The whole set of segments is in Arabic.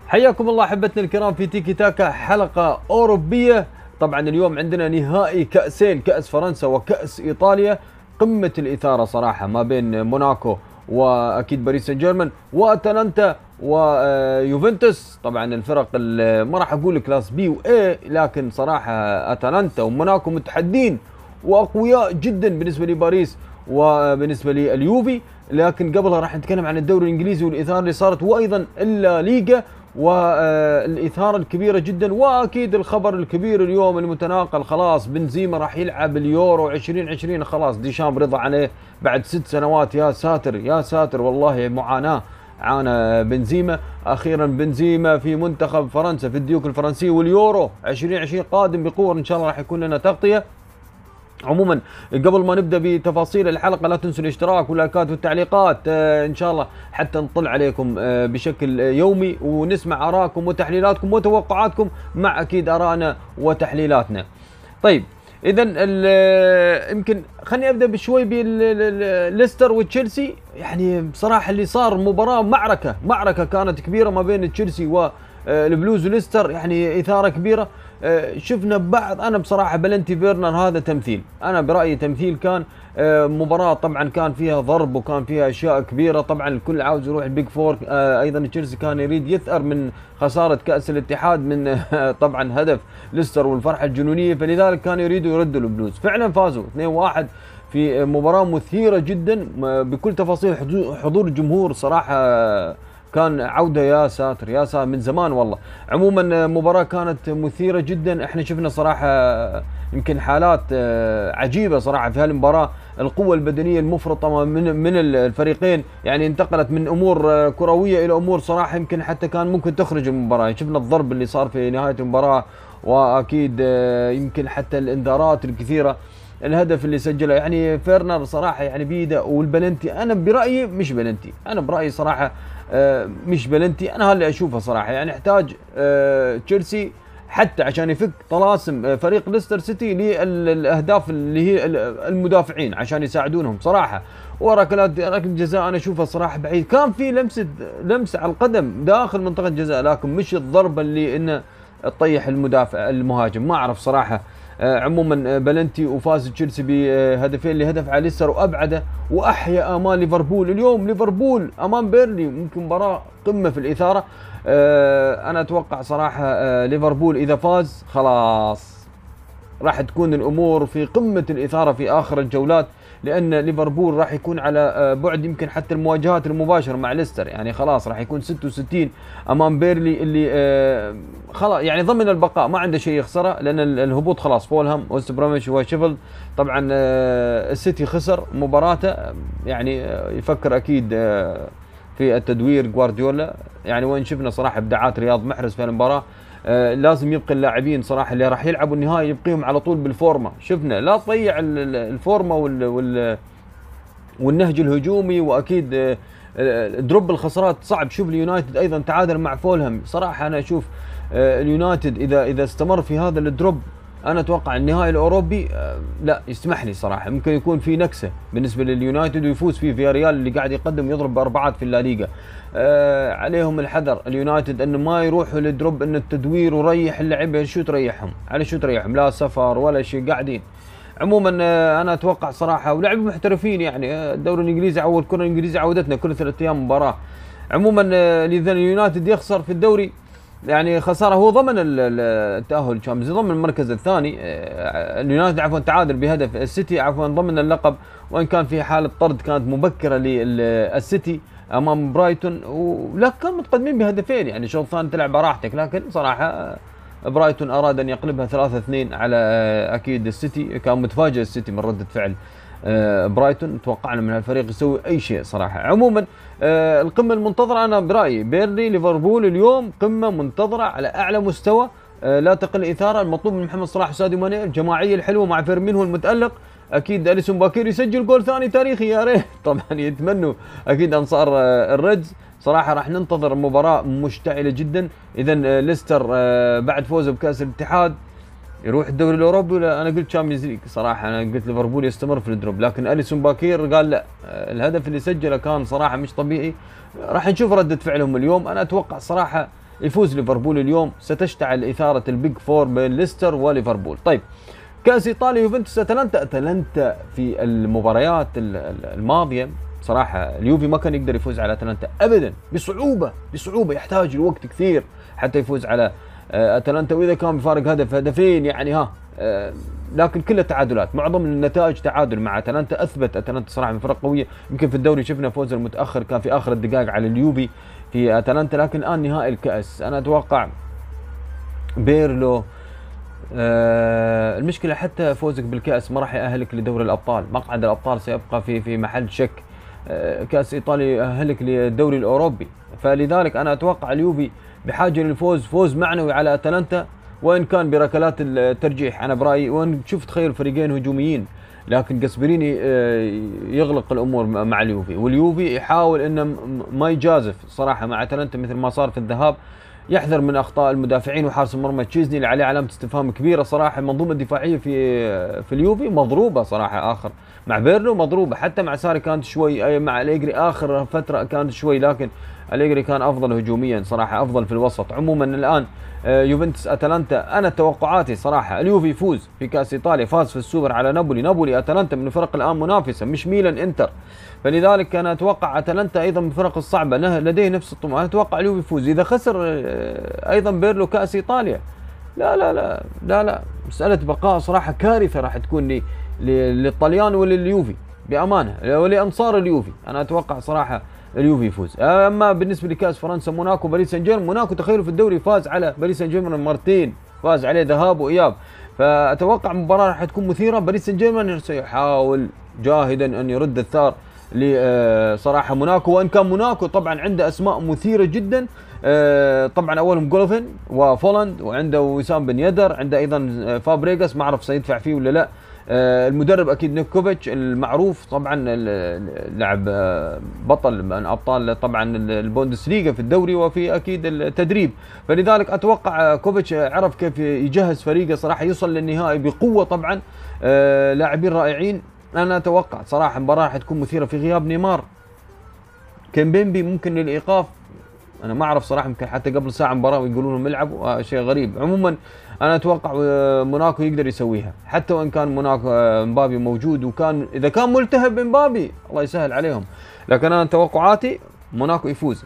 حياكم الله احبتنا الكرام في تيكي تاكا حلقه اوروبيه. طبعا اليوم عندنا نهائي كاسين، كاس فرنسا وكاس ايطاليا. قمه الاثاره صراحه ما بين موناكو واكيد باريس سان جيرمان واتلانتا ويوفنتوس. طبعا الفرق ما راح اقول كلاس بي واي، لكن صراحه اتلانتا وموناكو متحدين واقوياء جدا بالنسبه لباريس وبالنسبه لليوفي. لكن قبلها راح نتكلم عن الدوري الانجليزي والاثاره اللي صارت، وايضا الليغا والاثاره الكبيره جدا، واكيد الخبر الكبير اليوم المتناقل، خلاص بنزيما راح يلعب اليورو 2020. خلاص ديشامب رضى عليه بعد 6 سنوات. يا ساتر يا ساتر، والله معاناه عانى بنزيما. اخيرا بنزيما في منتخب فرنسا في الديوك الفرنسي، واليورو 2020 قادم بقوه، ان شاء الله راح يكون لنا تغطيه. عموما قبل ما نبدا بتفاصيل الحلقه لا تنسوا الاشتراك واللايكات والتعليقات ان شاء الله، حتى نطلع عليكم بشكل يومي ونسمع ارائكم وتحليلاتكم وتوقعاتكم مع اكيد ارائنا وتحليلاتنا. طيب اذا يمكن خليني ابدا بشوي بالليستر وتشيلسي. يعني بصراحه اللي صار مباراه معركه كانت كبيره ما بين تشيلسي والبلوز وليستر، يعني اثاره كبيره. شفنا بعض، انا بصراحه بلنتي فيرنر هذا تمثيل، انا برايي تمثيل كان. مباراه طبعا كان فيها ضرب وكان فيها اشياء كبيره، طبعا الكل عاوز يروح البيج فور. ايضا تشيلسي كان يريد يثأر من خساره كاس الاتحاد من طبعا هدف ليستر والفرحه الجنونيه، فلذلك كانوا يريدوا يردوا البلوز. فعلا فازوا 2-1 في مباراه مثيره جدا بكل تفاصيل. حضور الجمهور صراحه كان عودة، يا ساتر يا ساتر من زمان والله. عموما مباراة كانت مثيرة جدا، احنا شفنا صراحة يمكن حالات عجيبة صراحة في هالمباراة. القوة البدنية المفرطة من الفريقين، يعني انتقلت من امور كروية الى امور صراحة يمكن حتى كان ممكن تخرج المباراة. شفنا الضرب اللي صار في نهاية المباراة، واكيد يمكن حتى الانذارات الكثيرة. الهدف اللي سجله يعني فيرنر صراحة يعني بيده، والبلنتي انا برأيي مش بلنتي، انا برأيي صراحة مش بلنتي، انا اللي اشوفه صراحه. يعني يحتاج تشيلسي حتى عشان يفك طلاسم فريق ليستر سيتي للاهداف اللي هي المدافعين عشان يساعدونهم صراحه. وركلات الجزاء انا اشوفها صراحه بعيد، كان في لمسه على القدم داخل منطقه الجزاء، لكن مش الضربه اللي انه تطيح المهاجم، ما اعرف صراحه. عموما بلنتي، وفاز تشيلسي بهدفين لهدف على ليستر وابعده واحيا امال ليفربول. اليوم ليفربول امام بيرلي، ممكن مباراه قمه في الاثاره. انا اتوقع صراحه ليفربول اذا فاز خلاص راح تكون الامور في قمه الاثاره في اخر الجولات، لان ليفربول راح يكون على بعد يمكن حتى المواجهات المباشره مع ليستر. يعني خلاص راح يكون 66 امام بيرلي اللي خلاص يعني ضمن البقاء، ما عنده شيء يخسره، لان الهبوط خلاص فولهام وست بروميتش وشيفيلد. طبعا السيتي خسر مباراته، يعني يفكر اكيد في التدوير جوارديولا. يعني وين شفنا صراحه ابداعات رياض محرز في المباراه. لازم يبقي اللاعبين صراحه اللي راح يلعبوا النهائي يبقيهم على طول بالفورمه. شفنا لا تضيع الفورمه والنهج الهجومي، واكيد دروب الخسارات صعب. شوف اليونايتد ايضا تعادل مع فولهام. صراحه انا اشوف اليونايتد اذا استمر في هذا الدروب، انا اتوقع النهائي الاوروبي لا يسمح لي صراحه، ممكن يكون في نكسه بالنسبه لليونايتد ويفوز فيه فياريال اللي قاعد يقدم يضرب باربعات في الليغا. عليهم الحذر اليونايتد انه ما يروحوا للدروب، ان التدوير وريح اللعيبه. شو تريحهم؟ على شو تريحهم؟ لا سفر ولا شيء، قاعدين. عموما انا اتوقع صراحه، ولاعب محترفين يعني. الدوري الانجليزي عود، الكره الانجليزيه عودتنا كل 3 ايام مباراه. عموما اذا اليونايتد يخسر في الدوري يعني خساره، هو ضمن التاهل تشامبيونز، ضمن المركز الثاني. اليونايتد عفوا تعادل بهدف، السيتي عفوا ضمن اللقب، وان كان في حاله طرد كانت مبكره للسيتي امام برايتون، ولكن كانوا متقدمين بهدفين. يعني الشوط الثاني تلعب براحتك، لكن صراحه برايتون اراد ان يقلبها 3-2 على اكيد السيتي. كان متفاجئ السيتي من رده فعل برايتون، توقعنا من الفريق يسوي اي شيء صراحه. عموما القمه المنتظره انا برايي بيرلي ليفربول اليوم قمه منتظره على اعلى مستوى. لا تقل اثاره. المطلوب من محمد صلاح وساديو ماني الجماعيه الحلوه مع فيرمينهو المتالق. اكيد اليسون باكير يسجل جول ثاني تاريخي يا ريت. طبعا يتمنوا اكيد انصار الريدز. صراحه راح ننتظر مباراه مشتعله جدا. اذا ليستر بعد فوزه بكاس الاتحاد يروح الدوري الاوروبي، ولا انا قلت تشامبيونز ليج صراحه. انا قلت ليفربول يستمر في الدروب، لكن اليسون باكير قال لا. الهدف اللي سجله كان صراحه مش طبيعي. راح نشوف رده فعلهم اليوم. انا اتوقع صراحه يفوز ليفربول اليوم ستشتعل إثارة البيج فور بين ليستر وليفربول. طيب كأس إيطاليا يوفنتوس أتلانتا في المباريات الماضية صراحة اليوفي ما كان يقدر يفوز على أتلانتا أبدا، بصعوبة يحتاج لوقت كثير حتى يفوز على أتلانتا، وإذا كان بفارق هدف هدفين يعني لكن كلها تعادلات، معظم النتائج تعادل مع أتلانتا. أثبت أتلانتا صراحة من فرق قوية، يمكن في الدوري شفنا فوز المتأخر كان في آخر الدقائق على اليوفي في أتلانتا، لكن الآن نهائي الكأس أنا أتوقع بيرلو. المشكلة حتى فوزك بالكأس ما راح يأهلك لدوري الأبطال، مقعد الأبطال سيبقى في محل شك. كأس إيطاليا يأهلك للدوري الأوروبي، فلذلك أنا أتوقع اليوفي بحاجة للفوز، فوز معنوي على أتلانتا، وإن كان بركلات الترجيح أنا برأيي. وإن شفت تخيل فريقين هجوميين، لكن جاسبريني يغلق الأمور مع اليوفي، واليوفي يحاول إنه ما يجازف صراحة مع أتلانتا مثل ما صار في الذهاب، يحذر من اخطاء المدافعين وحارس المرمى تشيزني اللي عليه علامه استفهام كبيره صراحه. المنظومه الدفاعيه في اليوفي مضروبه صراحه، اخر مع بيرلو مضروبه، حتى مع ساري كانت شوي، مع أليجري اخر فتره كانت شوي، لكن أليجري كان افضل هجوميا صراحه، افضل في الوسط. عموما الان يوفنتوس أتلانتا، انا توقعاتي صراحه اليوفي يفوز في كاس ايطاليا، فاز في السوبر على نابولي أتلانتا من الفرق الان منافسه، مش ميلان انتر، فلذلك انا اتوقع أتلانتا ايضا من الفرق الصعبه، لديه نفس الطموح، انا اتوقع اليوفي يفوز. اذا خسر ايضا بيرلو كاس ايطاليا، لا مساله بقاء صراحه كارثه راح تكون للطليان ولليوفي بامانه، ولانصار اليوفي. انا اتوقع صراحه اليوفي يفوز. اما بالنسبه لكاس فرنسا، موناكو باريس سان جيرمان، موناكو تخيلوا في الدوري فاز على باريس سان جيرمان مرتين، فاز عليه ذهاب واياب، فاتوقع مباراه راح تكون مثيره. باريس سان جيرمان سيحاول جاهدا ان يرد الثار لصراحه موناكو، وان كان موناكو طبعا عنده اسماء مثيره جدا، طبعا اولهم جولوفين وفولند، وعنده وسام بن يدر، عنده ايضا فابريغاس ما اعرف سيدفع فيه ولا لا. المدرب اكيد نيكوفيتش المعروف طبعا، لاعب بطل من ابطال طبعا البوندسليغا في الدوري وفي اكيد التدريب، فلذلك اتوقع كوفيتش عرف كيف يجهز فريقه صراحه يوصل للنهائي بقوه طبعا، لاعبين رائعين. انا اتوقع صراحه المباراه راح تكون مثيره في غياب نيمار، كيمبيمبي ممكن للايقاف، انا ما اعرف صراحه، يمكن حتى قبل ساعه مباراه ويقولون لهم يلعبوا، شيء غريب. عموما انا اتوقع موناكو يقدر يسويها، حتى وان كان موناكو مبابي موجود، وكان اذا كان ملتهب مبابي الله يسهل عليهم، لكن انا توقعاتي موناكو يفوز،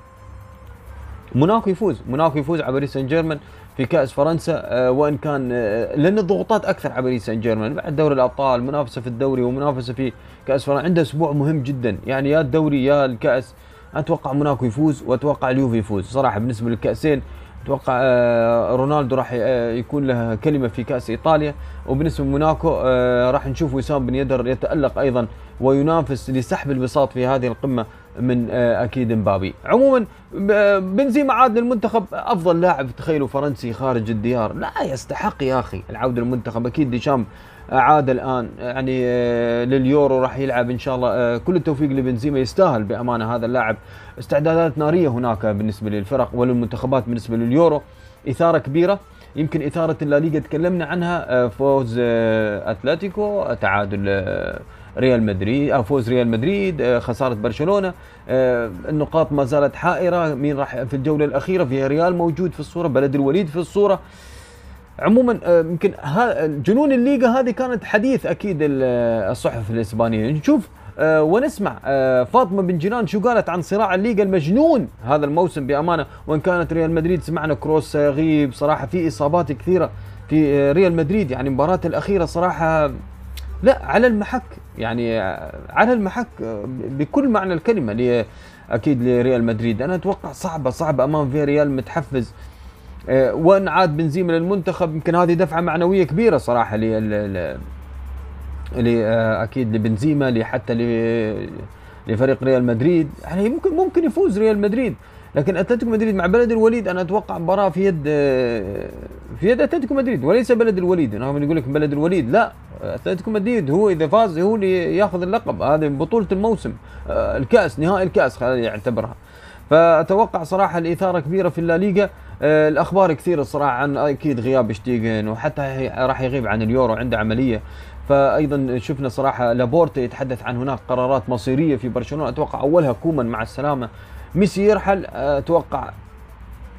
موناكو يفوز على باريس سان جيرمان في كأس فرنسا، وان كان لان الضغوطات اكثر على باريس سان جيرمان بعد دوري الابطال، منافسه في الدوري ومنافسه في كأس فرنسا، عنده اسبوع مهم جدا يعني، يا الدوري يا الكأس. اتوقع موناكو يفوز، واتوقع اليوفي يفوز صراحه. بالنسبه للكأسين اتوقع رونالدو راح يكون له كلمه في كأس ايطاليا، وبالنسبه لموناكو راح نشوف وسام بن يدر يتألق ايضا وينافس لسحب البساط في هذه القمه من اكيد مبابي. عموما بنزيما عاد للمنتخب، افضل لاعب تخيلوا فرنسي خارج الديار، لا يستحق يا اخي العوده للمنتخب. اكيد ديشام عاد الان يعني لليورو راح يلعب ان شاء الله، كل التوفيق لبنزيما، يستاهل بامانه هذا اللاعب. استعدادات ناريه هناك بالنسبه للفرق وللمنتخبات بالنسبه لليورو، اثاره كبيره، يمكن اثاره الليغا تكلمنا عنها، فوز اتلتيكو، تعادل ريال مدريد او فوز ريال مدريد، خساره برشلونه، النقاط ما زالت حائره، مين راح في الجوله الاخيره، في ريال موجود في الصوره، بلد الوليد في الصوره. عموما يمكن جنون الليغا هذه كانت حديث اكيد الصحف الاسبانيه. نشوف ونسمع فاطمه بن جنان شو قالت عن صراع الليغا المجنون هذا الموسم بامانه. وان كانت ريال مدريد سمعنا كروس يغيب، صراحه في اصابات كثيره في ريال مدريد، يعني المباراه الاخيره صراحه لا على المحك، يعني على المحك بكل معنى الكلمه اكيد لريال مدريد. انا اتوقع صعبه امام في ريال متحفز، وان عاد بنزيما للمنتخب يمكن هذه دفعه معنويه كبيره صراحه اكيد لبنزيما، حتى لفريق ريال مدريد. يعني ممكن يفوز ريال مدريد، لكن اتلتيكو مدريد مع بلد الوليد انا اتوقع مباراه في يد اتلتيكو مدريد وليس بلد الوليد. انا يقول لك بلد الوليد، لا، اتلتيكو مدريد هو اذا فاز هو اللي ياخذ اللقب، هذه بطوله الموسم، الكاس، نهائي الكاس خلينا يعتبرها. فاتوقع صراحه الاثاره كبيره في الليغا. الاخبار كثيره الصراحه عن اكيد غياب شتيجن، وحتى راح يغيب عن اليورو، عنده عمليه. فايضا شفنا صراحه لابورتا يتحدث عن هناك قرارات مصيريه في برشلونه، اتوقع اولها كومان مع السلامه، ميسي يرحل، اتوقع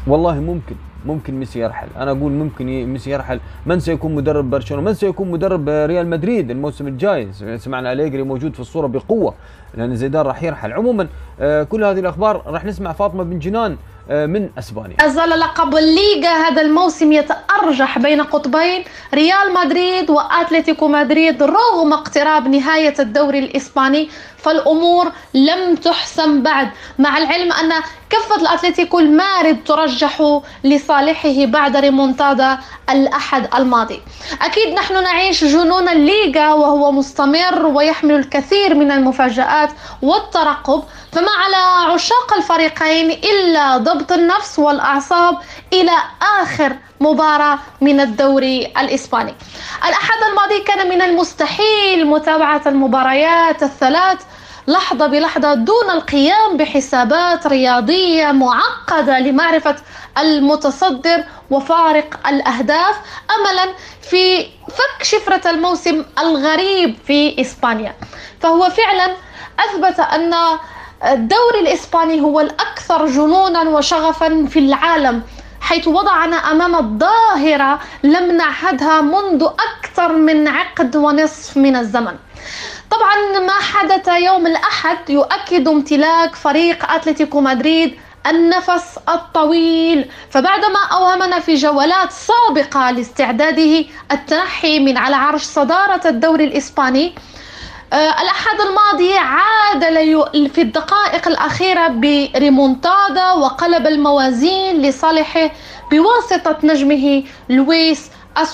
والله ممكن ميسي يرحل. انا اقول ممكن ميسي يرحل. من سيكون مدرب برشلونه؟ من سيكون مدرب ريال مدريد الموسم الجاي؟ سمعنا أليجري موجود في الصوره بقوه، لان زيدان راح يرحل. عموما كل هذه الاخبار راح نسمع فاطمه بن جنان من اسبانيا. أزال لقب الليغا هذا الموسم يتأرجح بين قطبين ريال مدريد وأتلتيكو مدريد رغم اقتراب نهاية الدوري الإسباني، فالأمور لم تحسم بعد، مع العلم أن كفة الأتلتيكو المارد ترجح لصالحه بعد ريمونتادا الأحد الماضي. أكيد نحن نعيش جنون الليغا وهو مستمر ويحمل الكثير من المفاجآت والترقب، فما على عشاق الفريقين إلا ضبط النفس والأعصاب إلى آخر مباراة من الدوري الإسباني. الأحد الماضي كان من المستحيل متابعة المباريات الثلاث لحظة بلحظة دون القيام بحسابات رياضية معقدة لمعرفة المتصدر وفارق الأهداف، أملا في فك شفرة الموسم الغريب في إسبانيا. فهو فعلا أثبت أن الدوري الإسباني هو الأكثر جنونا وشغفا في العالم، حيث وضعنا أمام الظاهرة لم نعهدها منذ أكثر من عقد ونصف من الزمن. طبعا ما حدث يوم الأحد يؤكد امتلاك فريق أتلتيكو مدريد النفس الطويل، فبعدما أوهمنا في جولات سابقة لاستعداده التنحي من على عرش صدارة الدوري الإسباني، الأحد الماضي عاد في الدقائق الأخيرة بريمونتادا وقلب الموازين لصالحه بواسطة نجمه لويس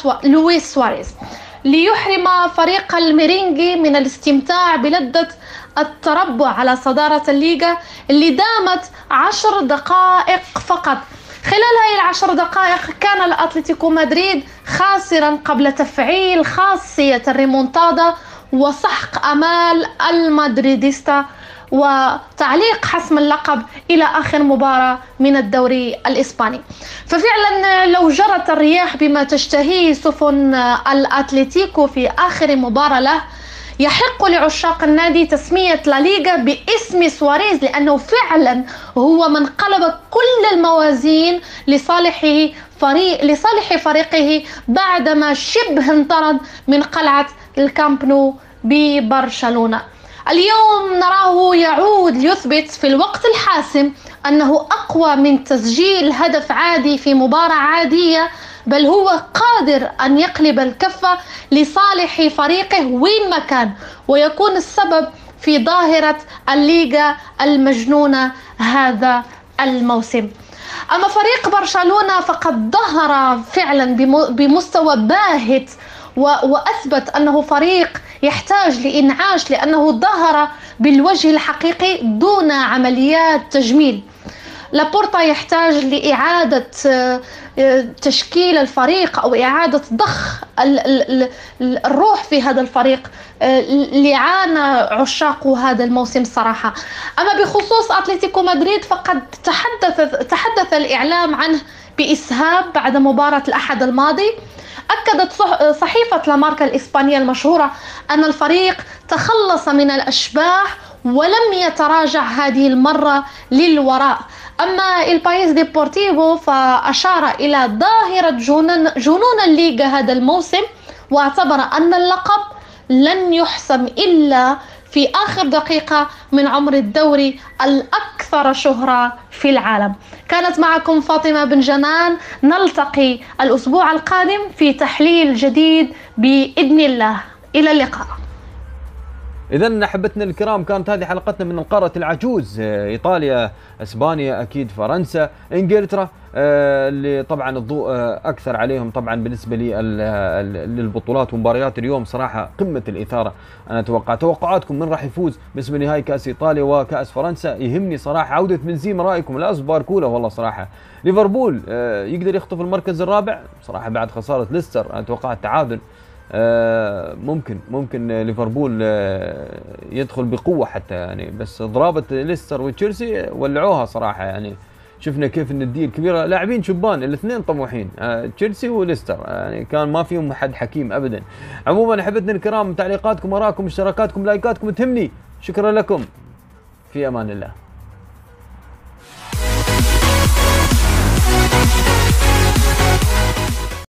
سواريز ليحرم فريق الميرينجي من الاستمتاع بلذة التربع على صدارة الليغا اللي دامت 10 دقائق فقط. خلال هاي ال10 دقائق كان الأتلتيكو مدريد خاسرا قبل تفعيل خاصية الريمونتادا وسحق أمال المدريديستا وتعليق حسم اللقب إلى آخر مباراة من الدوري الإسباني. ففعلا لو جرت الرياح بما تشتهيه سفن الأتليتيكو في آخر مباراة له، يحق لعشاق النادي تسمية لا ليغا باسم سواريز، لأنه فعلا هو من قلب كل الموازين لصالح فريقه بعدما شبه انطرد من قلعة الكامب نو ببرشلونة. اليوم نراه يعود ليثبت في الوقت الحاسم أنه أقوى من تسجيل هدف عادي في مباراة عادية، بل هو قادر أن يقلب الكفة لصالح فريقه وين ما كان ويكون السبب في ظاهرة الليغا المجنونة هذا الموسم. أما فريق برشلونة فقد ظهر فعلا بمستوى باهت وأثبت أنه فريق يحتاج لإنعاش، لأنه ظهر بالوجه الحقيقي دون عمليات تجميل. لابورتا يحتاج لإعادة تشكيل الفريق أو إعادة ضخ الروح في هذا الفريق اللي عانى عشاقه هذا الموسم صراحة. أما بخصوص أتلتيكو مدريد فقد تحدث الإعلام عنه بإسهاب بعد مباراة الأحد الماضي. أكدت صحيفة لاماركا الإسبانية المشهورة أن الفريق تخلص من الأشباح ولم يتراجع هذه المرة للوراء. أما البايس ديبورتيفو فأشار إلى ظاهرة جنون الليغا هذا الموسم، واعتبر أن اللقب لن يحسم إلا في آخر دقيقة من عمر الدوري الأكثر شهرة في العالم. كانت معكم فاطمة بن جنان، نلتقي الأسبوع القادم في تحليل جديد بإذن الله. إلى اللقاء. إذن أحبتنا الكرام، كانت هذه حلقتنا من القارة العجوز، إيطاليا، إسبانيا، أكيد فرنسا، إنجلترا، اللي طبعا الضوء أكثر عليهم طبعا بالنسبة لي للبطولات ومباريات اليوم صراحة قمة الإثارة. أنا أتوقع توقعاتكم من راح يفوز باسم نهائي كأس إيطاليا وكأس فرنسا. يهمني صراحة عودة بنزيما، رأيكم؟ لا باركولا والله صراحة. ليفربول يقدر يخطف المركز الرابع صراحة بعد خسارة ليستر. أنا أتوقع التعادل. ممكن ليفربول يدخل بقوة حتى يعني، بس ضرابة ليستر وتشيلسي ولعوها صراحة يعني. شفنا كيف الندية الكبيرة، لاعبين شبان الاثنين طموحين، تشيلسي وليستر يعني كان ما فيهم حد حكيم ابدا. عموما احبتنا الكرام، تعليقاتكم، ارائكم، اشتراكاتكم، لايكاتكم تهمني. شكرا لكم، في امان الله.